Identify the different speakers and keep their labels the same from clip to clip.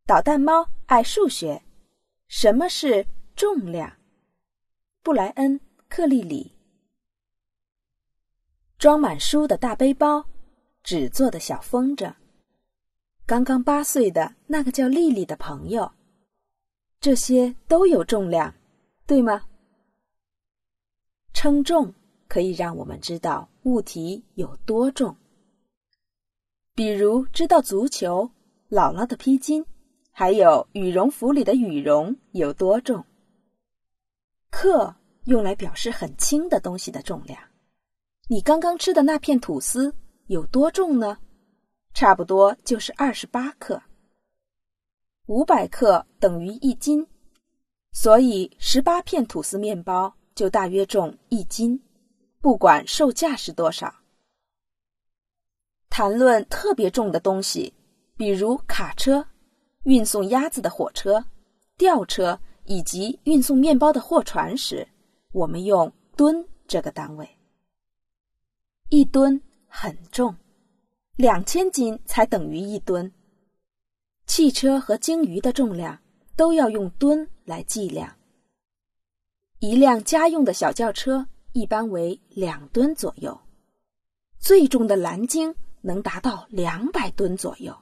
Speaker 1: 捣蛋猫爱数学。什么是重量？布莱恩·克利里。装满书的大背包，纸做的小风筝，刚刚8岁的那个叫丽丽的朋友，这些都有重量，对吗？称重可以让我们知道物体有多重，比如知道足球、姥姥的披巾，还有羽绒服里的羽绒有多重。克用来表示很轻的东西的重量。你刚刚吃的那片吐司有多重呢？差不多就是28克。500克等于1斤，所以18片吐司面包就大约重1斤，不管售价是多少。谈论特别重的东西，比如卡车、运送鸭子的火车、吊车以及运送面包的货船时，我们用吨这个单位。1吨很重，2000斤才等于1吨。汽车和鲸鱼的重量都要用吨来计量。一辆家用的小轿车一般为2吨左右，最重的蓝鲸能达到200吨左右。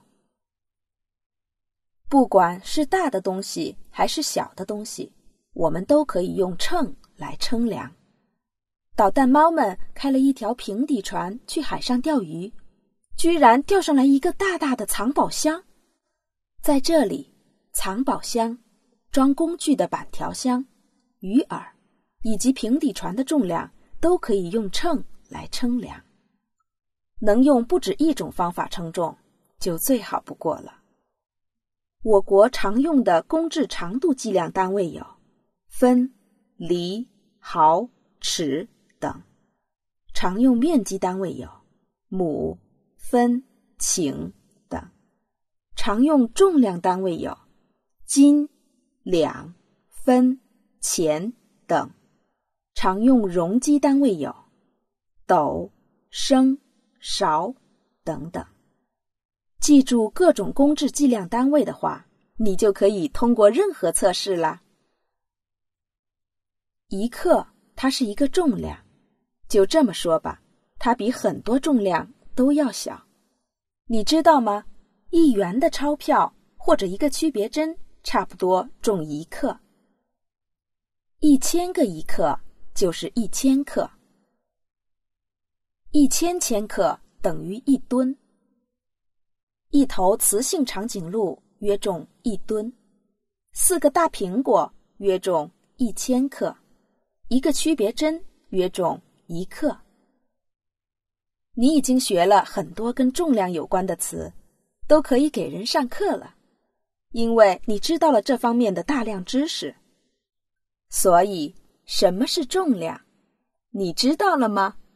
Speaker 1: 不管是大的东西还是小的东西，我们都可以用秤来称量。捣蛋猫们开了一条平底船去海上钓鱼，居然钓上来一个大大的藏宝箱。在这里，藏宝箱、装工具的板条箱、鱼饵以及平底船的重量都可以用秤来称量。能用不止一种方法称重，就最好不过了。我国常用的公制长度计量单位有分、厘、毫、尺等，常用面积单位有亩、分、顷等，常用重量单位有斤、两、分、钱等，常用容积单位有斗、升、勺等等。记住各种公制计量单位的话，你就可以通过任何测试啦。1克，它是一个重量，就这么说吧，它比很多重量都要小。你知道吗？1元的钞票或者一个区别针差不多重1克。1000个1克就是1000克。1000千克等于1吨。1头雌性长颈鹿约重1吨，4个大苹果约重1000克，一个区别针约重1克。你已经学了很多跟重量有关的词，都可以给人上课了，因为你知道了这方面的大量知识。所以，什么是重量？你知道了吗？